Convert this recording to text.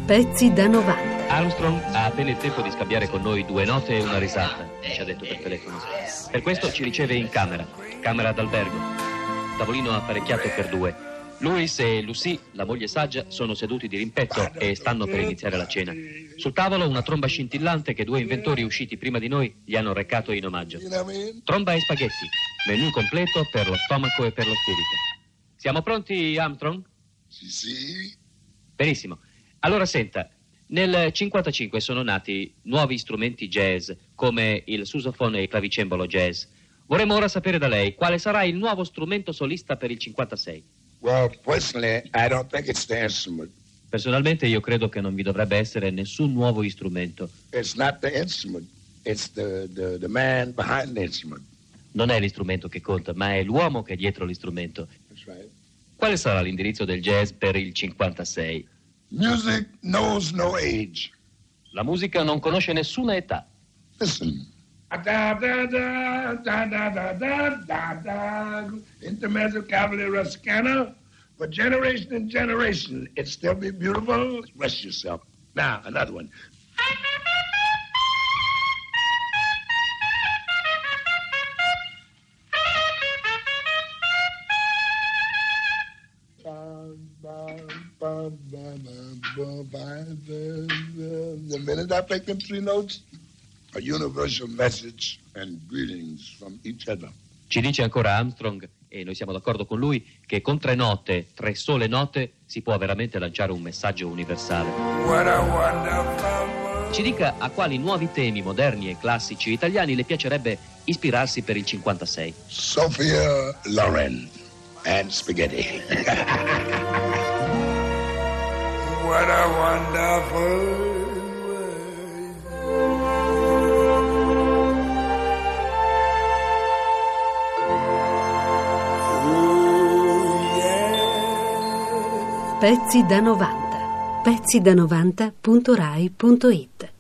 Pezzi da 90. Armstrong ha appena il tempo di scambiare con noi 2 note e una risata, ci ha detto per telefono. Per questo ci riceve in camera d'albergo. Tavolino apparecchiato per 2. Louis e Lucy, la moglie saggia, sono seduti di rimpetto e stanno per iniziare la cena. Sul tavolo una tromba scintillante che 2 inventori usciti prima di noi gli hanno recato in omaggio. Tromba e spaghetti, menù completo per lo stomaco e per lo spirito. Siamo pronti, Armstrong? Sì. Benissimo. Allora senta, nel 55 sono nati nuovi strumenti jazz come il sousaphone e il clavicembalo jazz. Vorremmo ora sapere da lei quale sarà il nuovo strumento solista per il 56. Well, personally, I don't think it's the instrument. Personalmente io credo che non vi dovrebbe essere nessun nuovo strumento. It's not the instrument. It's the man behind the instrument. Non è l'istrumento che conta, ma è l'uomo che è dietro l'istrumento. That's right. Quale sarà l'indirizzo del jazz per il 56? Music knows no age. La musica non conosce nessuna età. Listen. Da da da da da da da da da. Intermezzo cavalier rusticana. For generation and generation, it still be beautiful. Rest yourself. Now, another one. The minute I pick them 3 notes, a universal message and greetings from each other. Ci dice ancora Armstrong, e noi siamo d'accordo con lui, che con 3 note, 3 sole note, si può veramente lanciare un messaggio universale. What a wonderful world. Ci dica a quali nuovi temi moderni e classici italiani le piacerebbe ispirarsi per il 56. Sophia Loren and spaghetti. What a wonderful world. Oh, yeah. Pezzi da 90. Pezzi da 90.rai.it